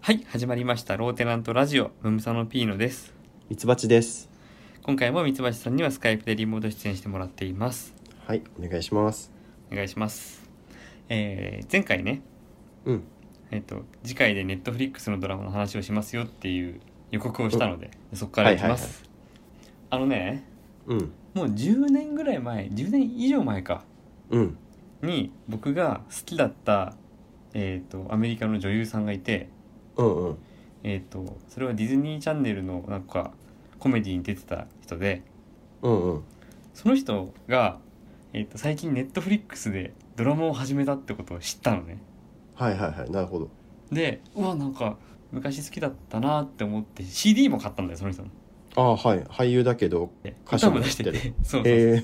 はい、始まりましたローテナントラジオムムサノピーノです。 ミツバチです。 今回もミツバチさんにはスカイプでリモート出演してもらっています。 はい、お願いします。 お願いします。前回ね、次回でネットフリックスのドラマの話をしますよっていう予告をしたので、そこからいきます。もう10年ぐらい前、10年以上前か、に僕が好きだった、アメリカの女優さんがいて、それはディズニーチャンネルのなんかコメディに出てた人で、その人が、最近ネットフリックスでドラマを始めたってことを知ったのね。 なるほど。 で、なんか昔好きだったなって思って CD も買ったんだよ、その人の。 俳優だけど歌も出しててそうで、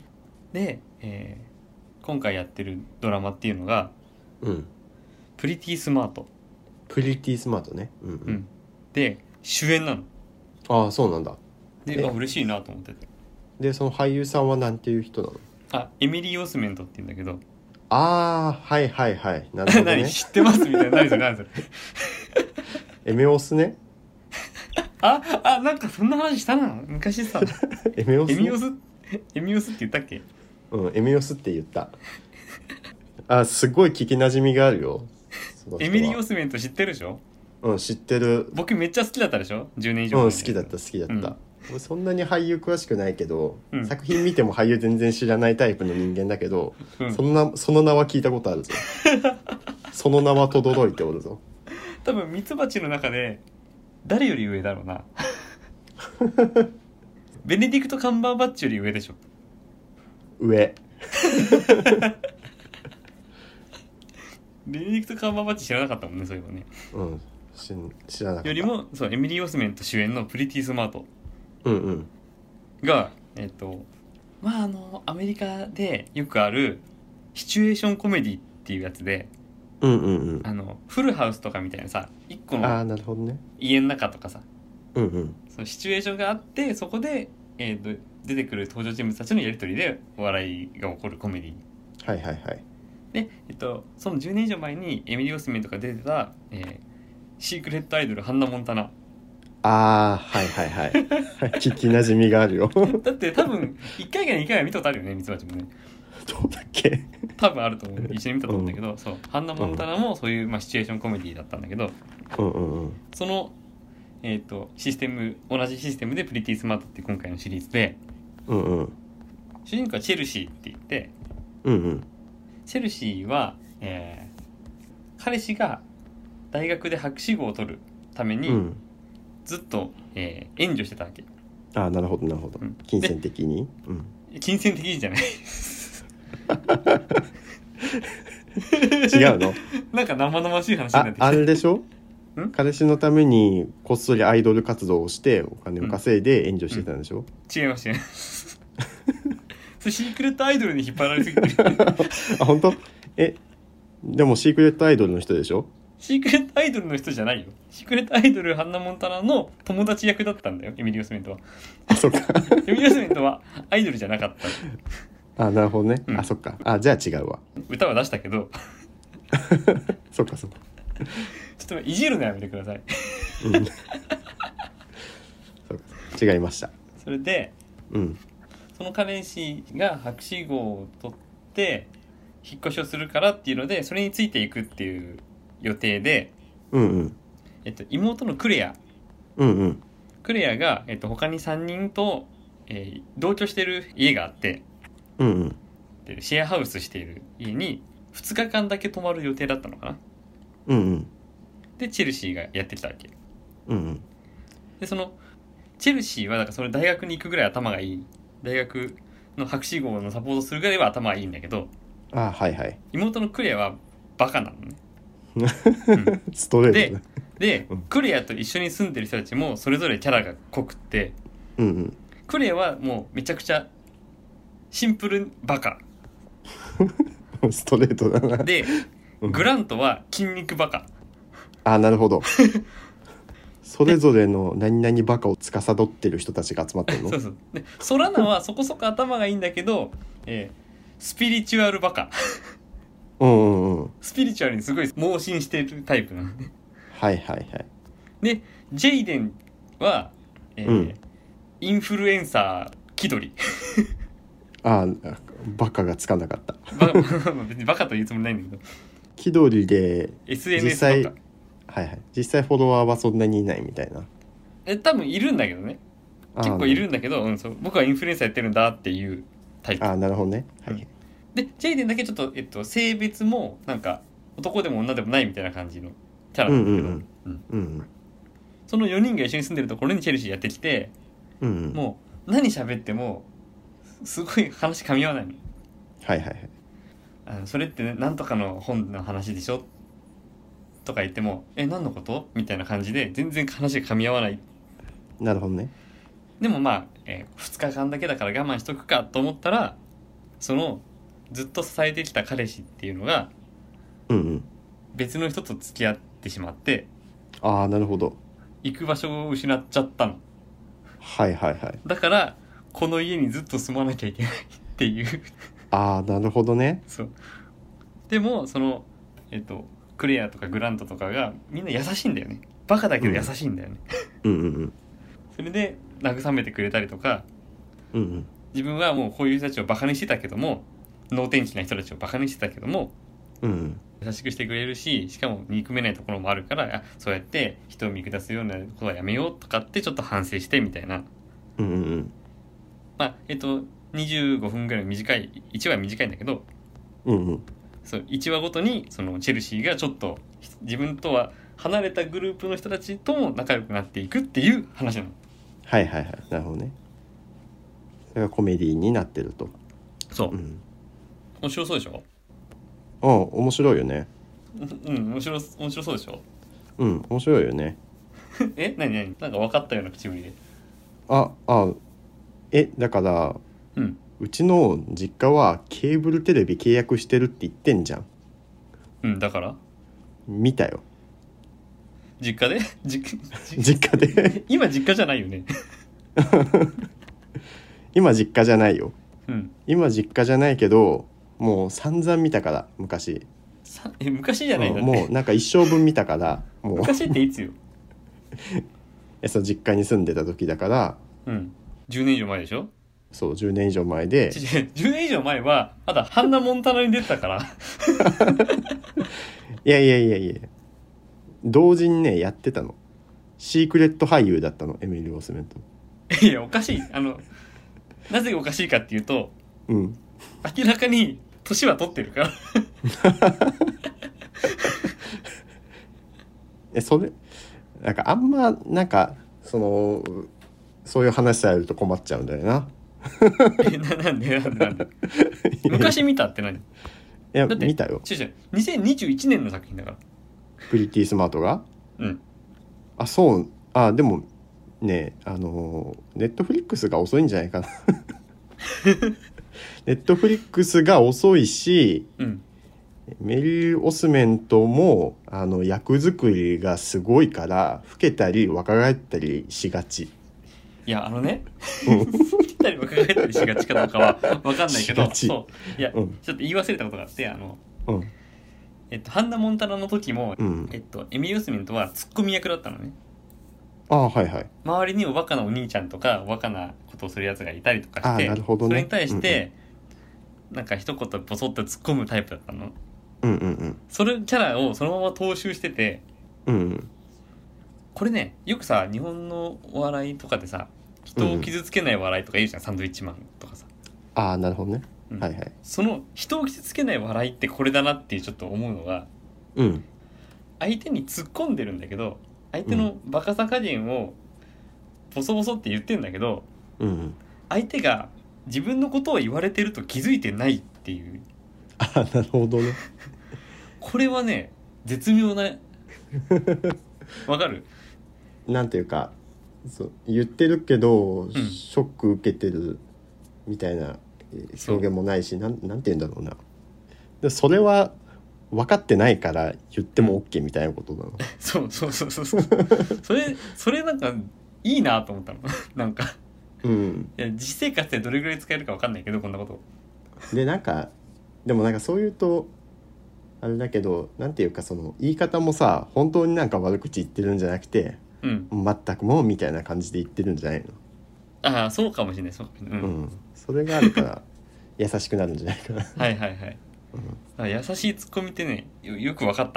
今回やってるドラマっていうのが、プリティスマート。 プリティスマートね。 で主演なの。 そうなんだ。 で、嬉しいなと思ってて。 でその俳優さんはなんていう人なの？ エミリー・オスメントって言うんだけど。 なるほどね。 何知ってますみたいな。何それエメオスね。 なんかそんな話したな昔さ。エミオスって言ったっけ？ エメオスって言った。すごい聞きなじみがあるよ。 エミリー・オスメント知ってるでしょ？ 知ってる。 僕めっちゃ好きだったでしょ？10年以上前。 好きだった、俺そんなに俳優詳しくないけど、作品見ても俳優全然知らないタイプの人間だけど、その名は聞いたことあるぞ。その名は轟いておるぞ。 多分ミツバチの中で誰より上だろうな。ベネディクト・カンバーバッチより上でしょ？ 上。 ベネディクト・カンバーバッチ知らなかったもんね、そういえばね。 知らなかった。 よりもエミリー・オスメント主演のプリティ・スマートがアメリカでよくあるシチュエーションコメディっていうやつで、フルハウスとかみたいなさ、一個の家の中とかさ、そのシチュエーションがあって、そこで、出てくる登場人物たちのやり取りでお笑いが起こるコメディ。で、その10年以上前にエミリー・オスメントが出てた、シークレットアイドルハンナ・モンタナ。 聞きなじみがあるよ。 だって多分1回か2回は見たことあるよね、ミツバチもね。 どうだっけ？ 多分あると思う。一緒に見たと思うんだけど、ハンナ・モンタナもそういう、シチュエーションコメディだったんだけど、その、システム、同じシステムでプリティ・スマートって今回のシリーズで、主人公はチェルシーって言って、チェルシーは、彼氏が大学で博士号を取るためにずっと、援助してたわけ。 なるほど、金銭的に、 金銭的にじゃない。 違うの？ なんか生々しい話になってきた。 あれでしょ？彼氏のためにこっそりアイドル活動をしてお金を稼いで援助してたんでしょ？ 違います。それシークレットアイドルに引っ張られすぎてる。 本当？でもシークレットアイドルの人でしょ？ シークレットアイドルの人じゃないよ。シークレットアイドルハンナ・モンタナの友達役だったんだよ、エミリー・オスメントは。 そっか。 エミリー・オスメントはアイドルじゃなかった。 なるほどね。そっか。じゃあ違うわ。 歌は出したけど。 そっか。ちょっといじるのやめてください。 そうか。違いました。 それで、その彼氏が博士号を取って引っ越しをするからっていうので、それについていくっていう予定で、妹のクレア、クレアが、他に3人と、同居している家があって、でシェアハウスしている家に2日間だけ泊まる予定だったのかな。でチェルシーがやってきたわけ。でそのチェルシーはだからそれ大学に行くぐらい頭がいい、大学の博士号のサポートするぐらいは頭がいいんだけど、妹のクレアはバカなのね。 ストレートで、クレアと一緒に住んでる人たちもそれぞれキャラが濃くって、クレアはもうめちゃくちゃシンプルバカ。 ストレートだな。 で、グラントは筋肉バカ。 なるほど。それぞれの何々バカを司ってる人たちが集まってるの？ そうで、ソラナはそこそこ頭がいいんだけど、スピリチュアルバカ。スピリチュアルにすごい盲信してるタイプなのね。 はいはいはい。 でジェイデンは、インフルエンサー気取りああ、バカがつかなかった。 別にバカと言うつもりないんだけど、 気取りで SNS とか、 はいはい、実際フォロワーはそんなにいないみたいな。 多分いるんだけどね、結構いるんだけど、そう僕はインフルエンサーやってるんだっていうタイプ。 ああ、なるほどね。はい。 でジェイデンだけちょっと、性別もなんか男でも女でもないみたいな感じのキャラなんだけど、その4人が一緒に住んでるところにチェルシーやってきて、もう何喋ってもすごい話噛み合わないの。 はいはいはい。 それって、ね、なんとかの本の話でしょとか言っても何のことみたいな感じで全然話が噛み合わない。 なるほどね。 でもまあ、2日間だけだから我慢しとくかと思ったら、そのずっと支えてきた彼氏っていうのが別の人と付き合ってしまって、 ああ、なるほど。 行く場所を失っちゃったの。 はいはいはい。 だからこの家にずっと住まなきゃいけないっていうああ、なるほどね。 そう。でもそのクレアとかグラントとかがみんな優しいんだよね。バカだけど優しいんだよね。それで慰めてくれたりとか、自分はもうこういう人たちをバカにしてたけども、能天気な人たちをバカにしてたけども、優しくしてくれるし、しかも憎めないところもあるから、そうやって人を見下すようなことはやめようとかってちょっと反省してみたいな。まあ25分ぐらい短い、1話短いんだけど、そう1話ごとにそのチェルシーがちょっと自分とは離れたグループの人たちとも仲良くなっていくっていう話なの。 はいはいはい、なるほどね。それがコメディになってると。 そう、面白そうでしょ。 面白いよね。 面白そうでしょ。 面白いよね。 何なんか分かったような口ぶりで。 だから、うちの実家はケーブルテレビ契約してるって言ってんじゃん。 だから見たよ。 実家で実家で今実家じゃないよね今実家じゃないよ、今実家じゃないけど、もう散々見たから。昔じゃないんだって。 もうなんか一生分見たから。もう昔っていつよそう実家に住んでた時だから。 10年以上前でしょ。 そう10年以上前で。 10年以上前はまだハンナ・モンタナに出てたからいや同時にねやってたの。シークレット俳優だったの、エミリー・オスメント。 いやおかしい。なぜおかしいかっていうと、明らかに年は取ってるからそれなんかあんまなんかそういう話されると困っちゃうんだよな。 なんで昔見たって何？いや見たよ。 2021年の作品だから。 プリティスマートが。そう。でもね、ネットフリックスが遅いんじゃないかなネットフリックスが遅いし、メリー・オスメントも役作りがすごいから老けたり若返ったりしがち。 いや老けたり若返ったりしがちかどうかは分かんないけど、そういや、ちょっと言い忘れたことがあって、ハンナ・モンタナの時も、エミリー・オスメントはツッコミ役だったのね。 はいはい。 周りにおバカなお兄ちゃんとかおバカなことをするやつがいたりとかして、 なるほどね、 それに対して、なんか一言ポソッと突っ込むタイプだったの。それキャラをそのまま踏襲してて、これね、よくさ日本のお笑いとかでさ、人を傷つけない笑いとか言うじゃん、サンドウィッチマンとかさ。 なるほどね、はいはい。 その人を傷つけない笑いってこれだなっていうちょっと思うのが、相手に突っ込んでるんだけど、相手のバカさ加減をボソボソって言ってんだけど、相手が自分のことを言われてると気づいてないっていう。 なるほどねこれはね絶妙なわかる？ なんていうか、言ってるけど、ショック受けてるみたいな表現もないし、なんて言うんだろうな。でそれは分かってないから言っても OK みたいなことなの。そうそれなんかいいなと思ったのなんかいや実生活でどれぐらい使えるか分かんないけど、こんなことででもなんかそういうとあれだけどなんていうかその言い方もさ本当になんか悪口言ってるんじゃなくて、 うん、 全くもうみたいな感じで言ってるんじゃないの。 ああそうかもしれない。そう、うん、 それがあるから優しくなるんじゃないかなはいはいはい、優しいツッコミってね よく分かった。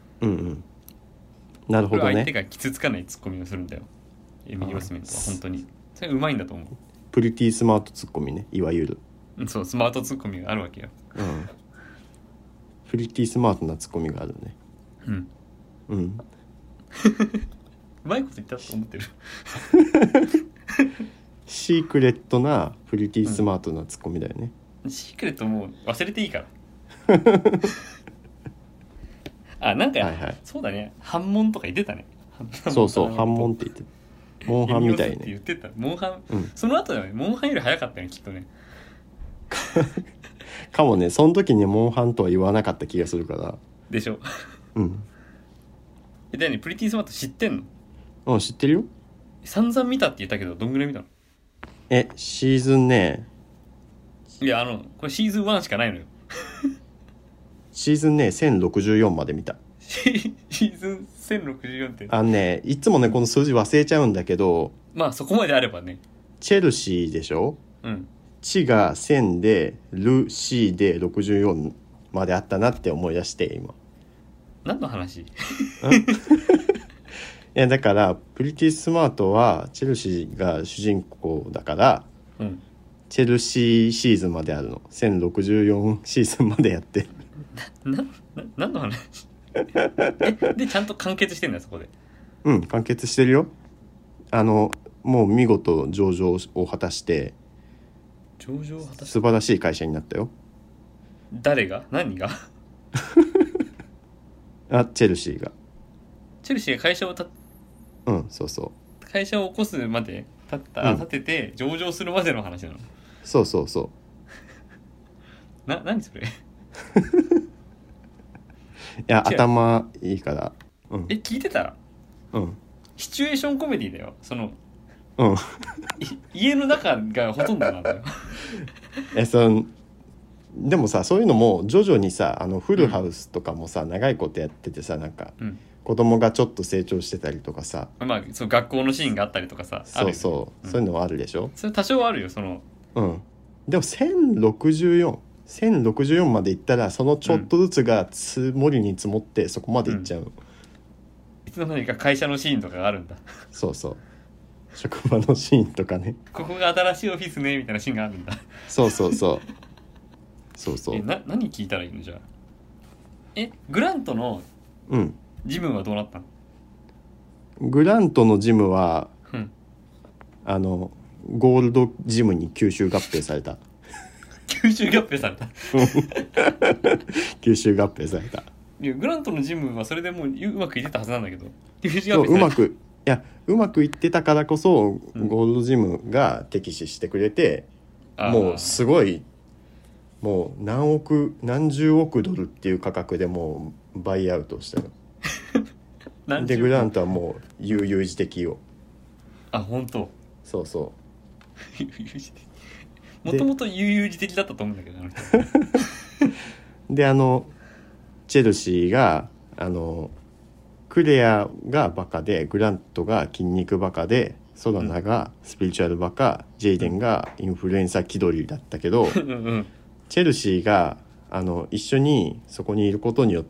なるほどね。 相手が傷つかないツッコミをするんだよエミリー・オスメントは。本当にそれうまいんだと思う。 プリティスマートツッコミね、いわゆる。 そうスマートツッコミがあるわけよ。 プリティスマートなツッコミがあるね。うまいこと言ったと思ってるシークレットなプリティスマートなツッコミだよね。 シークレットもう忘れていいからなんか、そうだね、反問とか言ってたね。 そう反問って言ってた。モンハンみたいね。 言ってた。モンハン、その後だよね。モンハンより早かったねきっとねかもね。その時にモンハンとは言わなかった気がするから。 でしょ。だよね。プリティスマート知ってんの？知ってるよ。 散々見たって言ったけどどんぐらい見たの？ シーズンね、 いやこれシーズン1しかないのよシーズンね1064まで見た。 シーズン1064っていつもねこの数字忘れちゃうんだけど、 まあそこまであればね。 チェルシーでしょ。チが1000でルシーで64まであったなって思い出して今。 何の話？ いやだからプリティスマートはチェルシーが主人公だから、チェルシーシーズンまであるの。1064シーズンまでやって何の話でちゃんと完結してんだよそこで。 完結してるよ。もう見事上場を果たして素晴らしい会社になったよ。 誰が？何が？ チェルシーが。 チェルシーが会社をそう会社を起こすまで立てて上場するまでの話なの。 そう何それ？いや頭いいから。 聞いてた？シチュエーションコメディだよ。家の中がほとんどなんだよでもさそういうのも徐々にさフルハウスとかもさ、長いことやっててさなんか、子供がちょっと成長してたりとかさ、 そう学校のシーンがあったりとかさ、 そういうのはあるでしょ。 それ多少あるよでも1064までいったらそのちょっとずつが積もりに積もってそこまでいっちゃう。 いつの間にか会社のシーンとかがあるんだ。 職場のシーンとかね。 ここが新しいオフィスねみたいなシーンがあるんだ。何聞いたらいいのじゃあ。グラントのジムはどうなったの？ グラントのジムは、ゴールドジムに吸収合併された。 吸収合併された吸収合併された。 いやグラントのジムはそれでもうまくいってたはずなんだけど、 うまくいってたからこそ、ゴールドジムが敵視してくれて、もうすごいもう何十億ドルっていう価格でもうバイアウトしたのでグラントはもう悠々自適よ。 本当。もともと悠々自適だったと思うんだけどでチェルシーがクレアがバカでグラントが筋肉バカでソラナがスピリチュアルバカ、ジェイデンがインフルエンサー気取りだったけどチェルシーが一緒にそこにいることによって、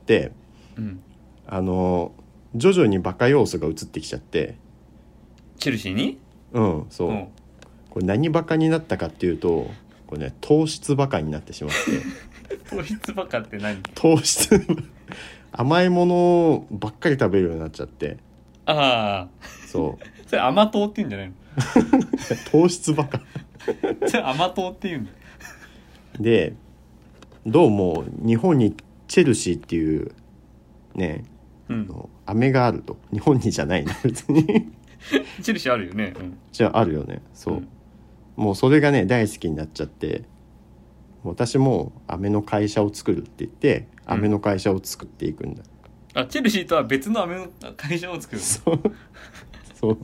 徐々にバカ要素が移ってきちゃって。 チェルシーに？ これ何バカになったかっていうとこれね糖質バカになってしまって糖質バカって何？ 糖質甘いものばっかり食べるようになっちゃって。 それ甘党って言うんじゃないの？ 糖質バカそれ甘党って言うんだ。 でどうも日本にチェルシーっていうね、飴があると。日本にじゃないな別にチェルシーあるよね。 じゃああるよね。もうそれがね大好きになっちゃって、私も飴の会社を作るって言って飴の会社を作っていくんだ。 チェルシーとは別の飴の会社を作る。 そう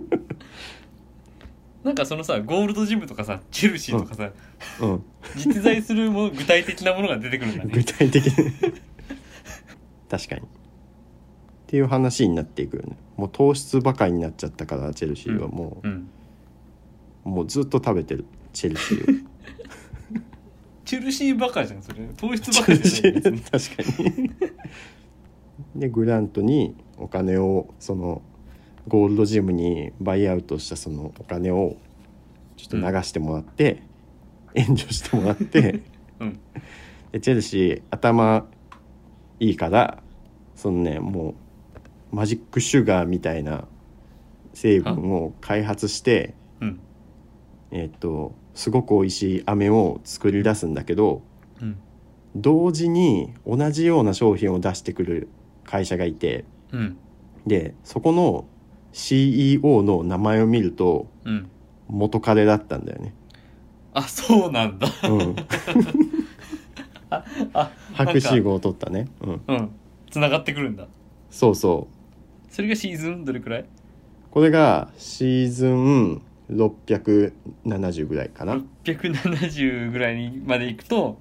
なんかそのさゴールドジムとかさチェルシーとかさ、実在する具体的なものが出てくるんだね。 具体的確かにっていう話になっていくよね。もう糖質ばかりになっちゃったからチェルシーはもう、もうずっと食べてるチェルシーをチェルシーばかりじゃんそれ。糖質ばかりじゃない確かにでグラントにお金をそのゴールドジムにバイアウトしたそのお金をちょっと流してもらって、援助してもらって、でチェルシー頭いいからそのねもうマジックシュガーみたいな成分を開発して、すごく美味しい飴を作り出すんだけど、同時に同じような商品を出してくる会社がいて、でそこの CEO の名前を見ると、元彼だったんだよね。 あ、そうなんだ。 博士号を取ったね。 繋がってくるんだ。 そうそう。 それがシーズンどれくらい？ これがシーズン670ぐらいかな。 670ぐらいにまで行くと、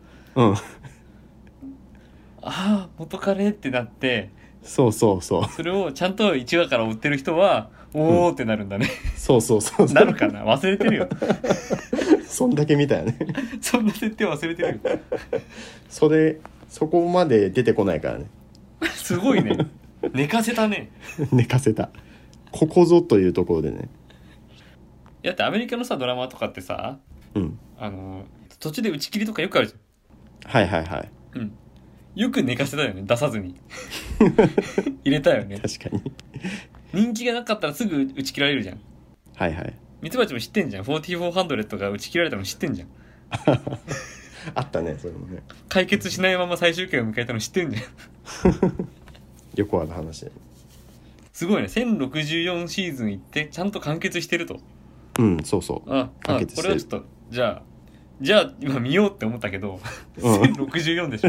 元カレってなって、 そうそれをちゃんと1話から追ってる人はおーってなるんだね。 そうなるかな、忘れてるよ。 そんだけ見たよね。 そんな設定忘れてるよ。 そこまで出てこないからね。 すごいね。寝かせたね。 寝かせた。ここぞというところでね。 だってアメリカのさドラマとかってさ、途中で打ち切りとかよくあるじゃん。はい。 よく寝かせたよね、出さずに。入れたよね。 確かに。 人気がなかったらすぐ打ち切られるじゃん。 はい。 ミツバチも知ってんじゃん。4400が打ち切られたの知ってんじゃん。 あったね、それもね。 解決しないまま最終回を迎えたの知ってんじゃん。 横浜の話。 すごいね。1064シーズン行ってちゃんと完結してると。 そうそう。 完結してる。これはちょっとじゃあ今見ようって思ったけど、1064でしょ。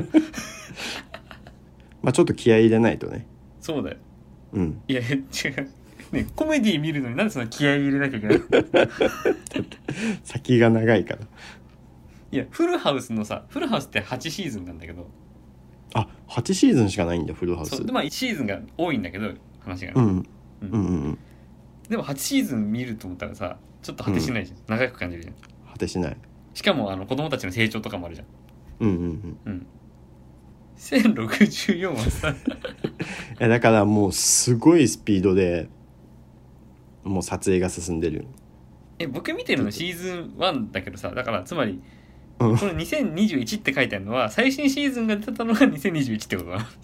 まあちょっと気合い入れないとね。 そうだよ。いや違う。ね、コメディ見るのになんでそんな気合い入れなきゃいけないの？ 先が長いから。 いやフルハウスって8シーズンなんだけど。 8シーズンしかないんだフルハウス。 そうで1シーズンが多いんだけど話が。でも8シーズン見ると思ったらさちょっと果てしないじゃん。長く感じるじゃん。 果てしない。 しかも子供たちの成長とかもあるじゃん。1064はさだからもうすごいスピードでもう撮影が進んでる。 僕見てるのシーズン1だけどさ、だからつまりこの2021って書いてあるのは最新シーズンが出たのが2021ってことだな。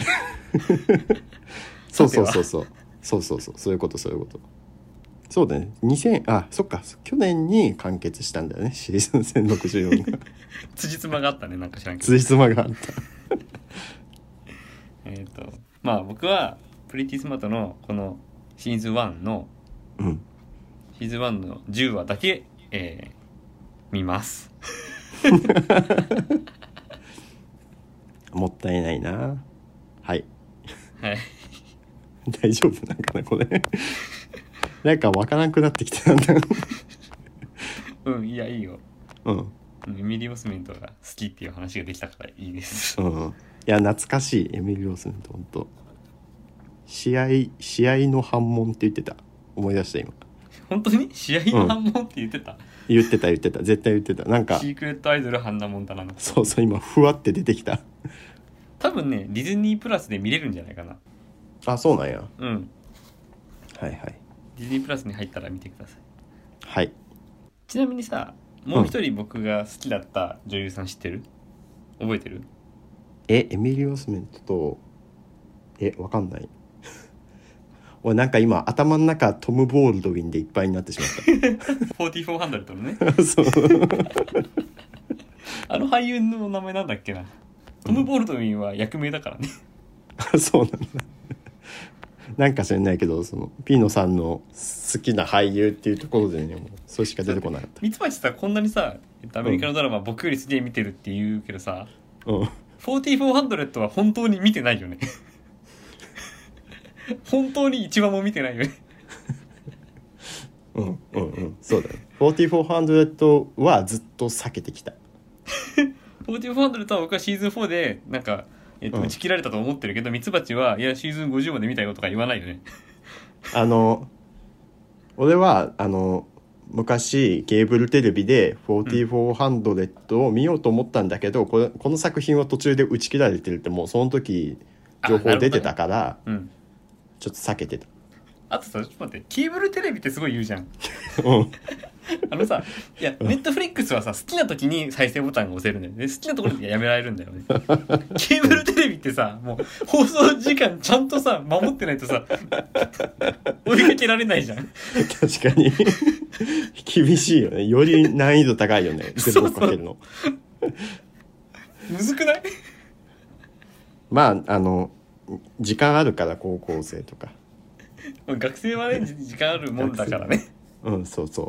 そうそういうことそうだね。そっか、去年に完結したんだよね、シーズン1064が。 辻褄があったね、なんか知らんけど。 辻褄があった。 まあ僕はプリティスマートのこのシーズン1の、シーズン1の10話だけ、見ます。 もったいないな。はい。大丈夫なんかなこれ。なんかわからなくなってきてたんだ。 いやいいよ。エミリー・オスメントが好きっていう話ができたからいいです。 いや懐かしいエミリー・オスメント本当。試合の反問って言ってた。思い出した今。 本当に試合の反問って言ってた？ 言ってた絶対言ってた。なんかシークレットアイドルハンナモンタナの。 そう今ふわって出てきた。 多分ねディズニープラスで見れるんじゃないかな。 そうなんや。はい。 ディズニープラスに入ったら見てください。 はい。 ちなみにさ、もう一人僕が好きだった女優さん知ってる？覚えてる？ エミリー・オスメントとわかんない。俺なんか今頭の中トム・ボールドウィンでいっぱいになってしまった。 4400のね。 そう俳優の名前なんだっけな。トム・ボールドウィンは役名だからね。 そうなんだ。なんか知らないけどそのピーノさんの好きな俳優っていうところでねもうそれしか出てこなかった。 ミツバチさこんなにさアメリカのドラマ、僕よりすげえ見てるって言うけどさ、4400は本当に見てないよね。本当に一話も見てないよね。 そうだね。4400はずっと避けてきた。 4400は僕はシーズン4でなんか打ち切られたと思ってるけど、ミツバチはいやシーズン50まで見たよとか言わないよね。 俺は昔ケーブルテレビで4400を見ようと思ったんだけど、この作品は途中で打ち切られてるってもうその時情報出てたから、ちょっと避けてた。 あとさ、ちょっと待って、ケーブルテレビってすごい言うじゃん。 うんさ、いや、ネットフリックスはさ、好きな時に再生ボタンが押せるんだよね。好きなところでやめられるんだよね。ケーブルテレビってさ、もう放送時間ちゃんとさ、守ってないとさ、追いかけられないじゃん。 確かに。厳しいよね。より難易度高いよね。全部追っかけるの。 むずくない？ まあ、時間あるから高校生とか。 学生はね、時間あるもんだからね。 そうそう。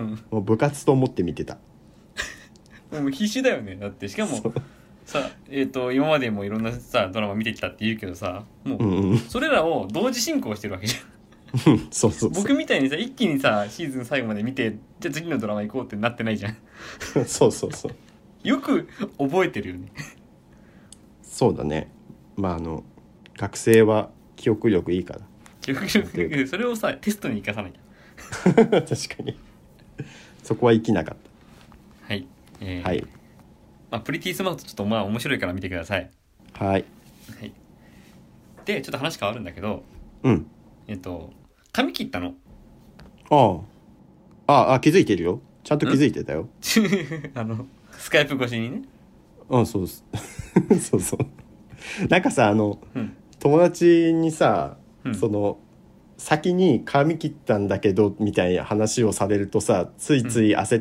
もう部活と思って見てた。 もう必死だよね。だってしかもさ、今までもいろんなさドラマ見てきたって言うけどさ、もう、それらを同時進行してるわけじゃん。 そう僕みたいにさ一気にさシーズン最後まで見て、じゃあ次のドラマ行こうってなってないじゃん。 そうそうそう。 よく覚えてるよね。 そうだね。まあ学生は記憶力いいから。 記憶力、それをさテストに生かさなきゃ。 確かに。そこは生きなかった。はい。 はい。 プリティスマートちょっと面白いから見てください。 はい。はい。 でちょっと話変わるんだけど、髪切ったの。 気づいてるよ。ちゃんと気づいてたよ。 スカイプ越しにね。 そうです。そうそう。なんかさ友達にさ、先に髪切ったんだけどみたいな話をされるとさ、ついつい焦って、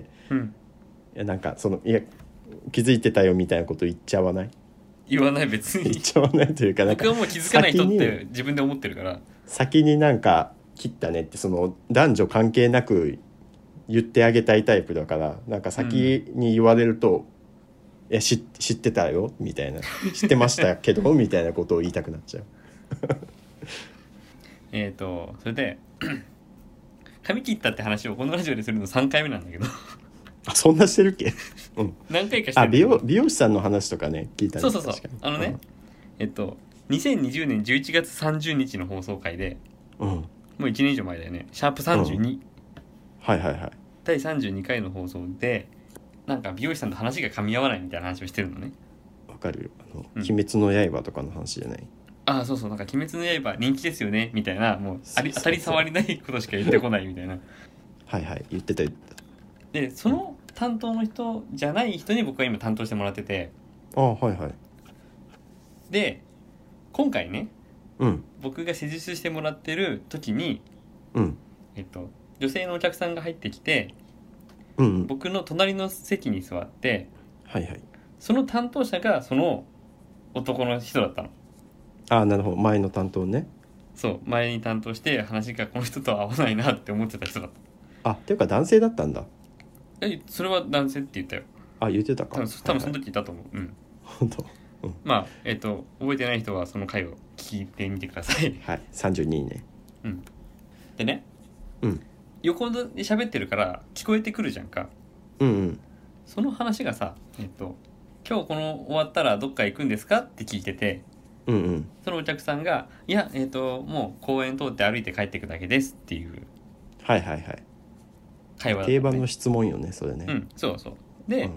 いやなんかいや気づいてたよみたいなこと言っちゃわない？ 言わない、別に言っちゃわないというか、 僕はもう気づかない人って自分で思ってるから、 先になんか切ったねって男女関係なく言ってあげたいタイプだから、なんか先に言われると、いや知ってたよみたいな、知ってましたけどみたいなことを言いたくなっちゃう。 それで髪切ったって話をこのラジオでするの3回目なんだけど。 そんなしてるっけ？ 何回かしてる。 美容師さんの話とかね聞いたんです。 そう2020年11月30日の放送回で、もう1年以上前だよね。シャープ32、 はいはいはい。 第32回の放送でなんか美容師さんと話が噛み合わないみたいな話をしてるのね。 わかるよ。鬼滅の刃とかの話じゃない？ そうなんか鬼滅の刃人気ですよねみたいな、もう当たり障りないことしか言ってこないみたいな。 はいはい、言ってた。 でその担当の人じゃない人に僕は今担当してもらってて、 はいはい。 で今回ね、僕が施術してもらってる時に、女性のお客さんが入ってきて、僕の隣の席に座って、その担当者がその男の人だったの。 なるほど、前の担当ね。 そう前に担当して話がこの人とは合わないなって思ってた人だった。 っていうか男性だったんだ。 それは男性って言ったよ。 言ってたか。 多分その時言ったと思う。 本当。 覚えてない人はその回を聞いてみてください。 はい、32ね。 でね、横で喋ってるから聞こえてくるじゃんか。その話がさ、今日この終わったらどっか行くんですかって聞いてて、そのお客さんがいやもう公園通って歩いて帰ってくだけですっていう会話だったね。 定番の質問よねそれね。 そうで、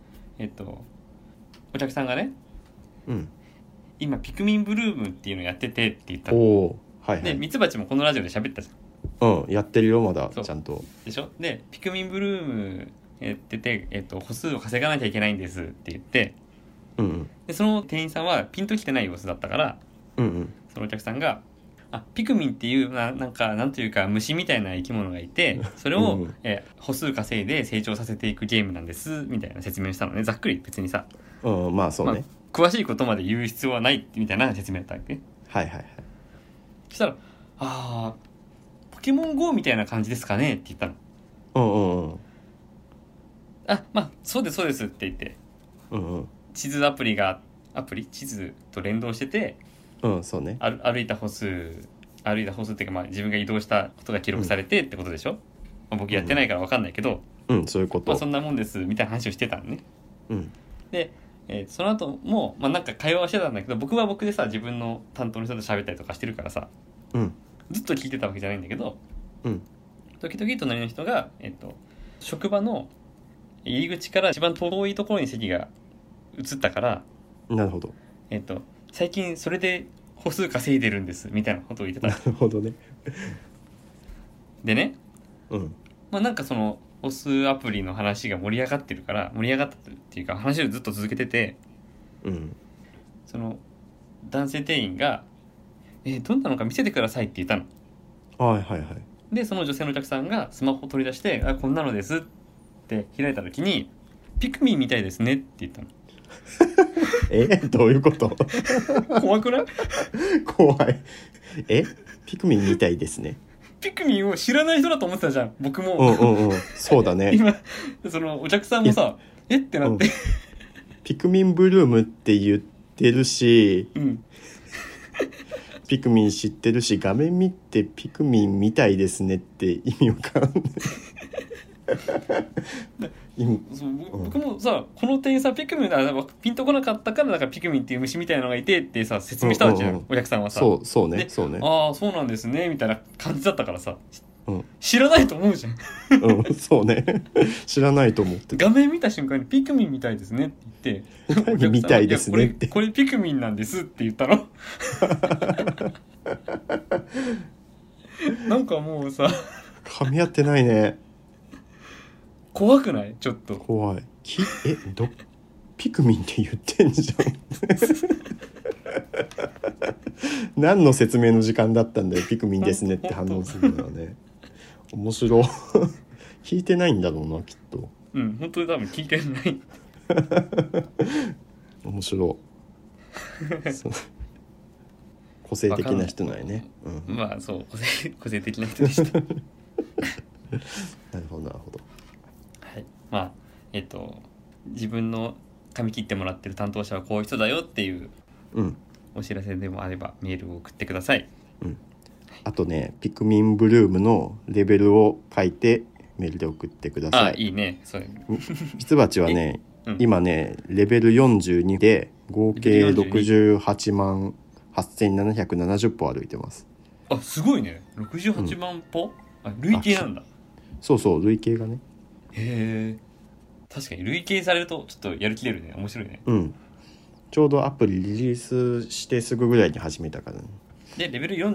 お客さんがね、今ピクミンブルームっていうのやっててって言ったの。でミツバチもこのラジオで喋ったじゃん。やってるよまだちゃんと。 でしょ。でピクミンブルームやってて、歩数を稼がなきゃいけないんですって言って、でその店員さんはピンときてない様子だったから、そのお客さんがピクミンっていうなんというか虫みたいな生き物がいて、それを、歩数稼いで成長させていくゲームなんですみたいな説明したのね。ざっくり、別にさ、 まあそうね、 詳しいことまで言う必要はないみたいな説明だったわけ。そしたらポケモン GO みたいな感じですかねって言ったの。そうですそうですって言って、地図地図と連動してて、 そうね、 歩いた歩数っていうか、自分が移動したことが記録されてってことでしょ。僕やってないから分かんないけど、 そういうこと、 そんなもんですみたいな話をしてたのね。でその後も、まあ、なんか会話はしてたんだけど、僕は僕でさ自分の担当の人と喋ったりとかしてるからさ、 うん、 ずっと聞いてたわけじゃないんだけど、 うん、 時々隣の人が、職場の入り口から一番遠いところに席が移ったから、 なるほど、 最近それで歩数稼いでるんですみたいなことを言ってた。 なるほどね。 でね、 うん、 まあなんかその歩数アプリの話が盛り上がってるから、盛り上がったっていうか話をずっと続けてて、 うん、 その男性店員がどんなのか見せてくださいって言ったの。 はいはいはい。 でその女性のお客さんがスマホを取り出してこんなのですって開いた時にピクミンみたいですねって言ったの。 どういうこと？ 怖くない？ 怖い。ピクミンみたいですね。 ピクミンを知らない人だと思ってたじゃん、僕も。 そうだね。 今そのお客さんもさってなって、 ピクミンブルームって言ってるし、ピクミン知ってるし、画面見てピクミンみたいですねって意味わからんね。 僕もさこの店員さんピクミンだピンとこなかったからだからピクミンっていう虫みたいなのがいてってさ説明したわけじゃん、お客さんはさ。 そうね。 ああそうなんですねみたいな感じだったからさ、知らないと思うじゃん。 そうね。知らないと思って画面見た瞬間にピクミンみたいですねって言ってみたいですねってこれピクミンなんですって言ったの。なんかもうさ噛み合ってないね。 怖くない？ちょっと怖い。ピクミンって言ってんじゃん。何の説明の時間だったんだよ。ピクミンですねって反応するんだよね。面白い。聞いてないんだろうなきっと。 本当に多分聞いてない。 面白い。個性的な人なんやね。 まあそう個性的な人でした。なるほどなるほど。 はい、まあ自分の髪切ってもらってる担当者はこういう人だよっていうお知らせでもあればメールを送ってください。 あとねピクミンブルームのレベルを書いてメールで送ってください。 いいね。それミツバチはね、今ねレベル42で合計68万8770歩歩いてます。 すごいね。68万歩、累計なんだ。 そう累計がね。 へえ。確かに累計されるとちょっとやる気出るね。面白いね。 ちょうどアプリリリースしてすぐぐらいに始めたからね。 でレベル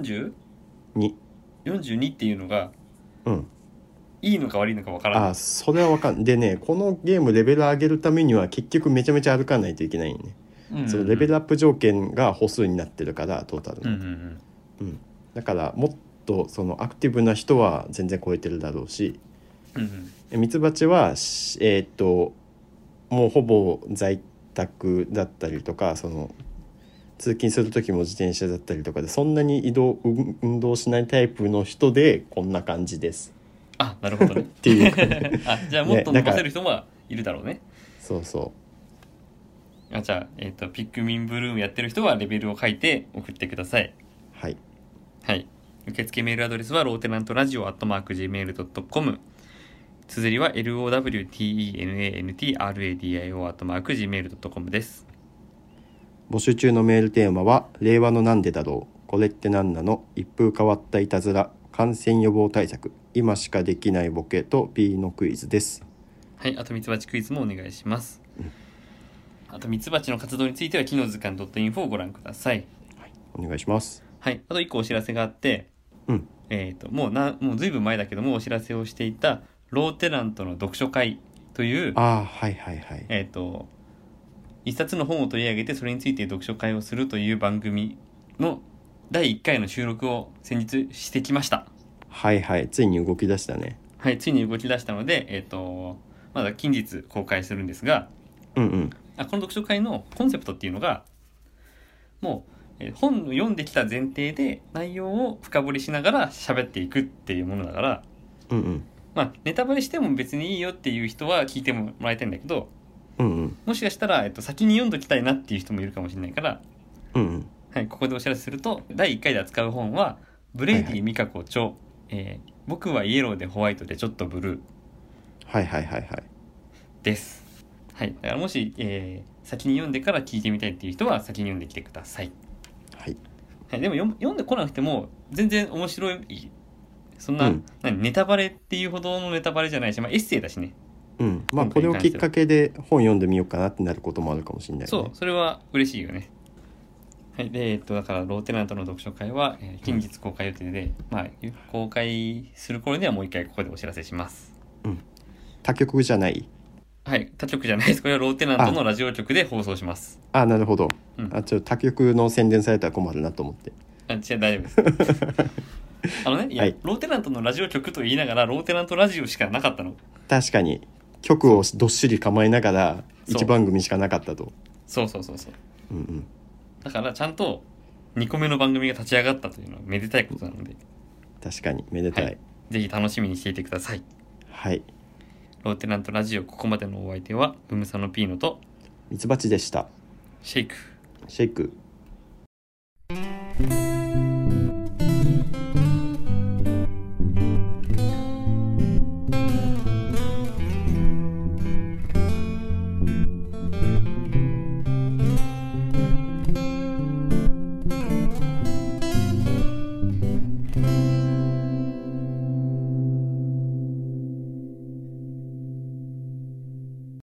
42 っていうのがいいのか悪いのか分からない。 それは分かんでね、このゲームレベル上げるためには結局めちゃめちゃ歩かないといけないんね。そのレベルアップ条件が歩数になってるからトータルの、だからもっとそのアクティブな人は全然超えてるだろうし、ミツバチはもうほぼ在宅だったりとか、その通勤する時も自転車だったりとかでそんなに運動しないタイプの人でこんな感じです。 なるほどね。 っていうじゃあもっと伸ばせる人はいるだろうね。 そうじゃあ、ピクミンブルームやってる人はレベルを書いて送ってください。 はい受付メールアドレスはローテナントラジオ@gmail.com、 綴りは LOWTENANTRADIO@gmail.com です。 募集中のメールテーマは令和のなんでだろう、これってなんなの、一風変わったいたずら、感染予防対策、今しかできないボケと B のクイズです。 あとミツバチクイズもお願いします。あとミツバチの活動については機能図鑑 .info をご覧ください。 お願いします。 あと1個お知らせがあって、もうずいぶん前だけどもお知らせをしていたローテナントの読書会という一冊の本を取り上げてそれについて読書会をするという番組の第1回の収録を先日してきました。 ついに動き出したね。 ついに動き出したので、まだ近日公開するんですが、この読書会のコンセプトっていうのがもう本を読んできた前提で内容を深掘りしながら喋っていくっていうものだから、ネタバレしても別にいいよっていう人は聞いてもらいたいんだけど、もしかしたら、先に読んどきたいなっていう人もいるかもしれないから、ここでお知らせすると第1回で扱う本はブレイディ・ミカコ著、僕はイエローでホワイトでちょっとブルーです。だからもし、 先に読んでから聞いてみたいっていう人は先に読んできてください。 はい、 はい、でも読んでこなくても全然面白い。そんな、ネタバレっていうほどのネタバレじゃないし、エッセイだしね。 まあこれをきっかけで本読んでみようかなってなることもあるかもしれないね。 そう、それは嬉しいよね。はい、でだからローテナントの読書会は、近日公開予定で、公開する頃にはもう一回ここでお知らせします。 他局じゃない？ はい、他局じゃないです。これはローテナントのラジオ局で放送します。 なるほど。ちょっと他局の宣伝されたら困るなと思って。 大丈夫です。ローテナントのラジオ局と言いながらローテナントラジオしかなかったの。 確かに局をどっしり構えながら1番組しかなかったと。 そう、だからちゃんと2個目の番組が立ち上がったというのはめでたいことなので、 確かにめでたい、はい、 ぜひ楽しみにしていてください。 はい。 ローテナントラジオ、ここまでのお相手はブムサノピーノとミツバチでした。 シェイク。 シェイク。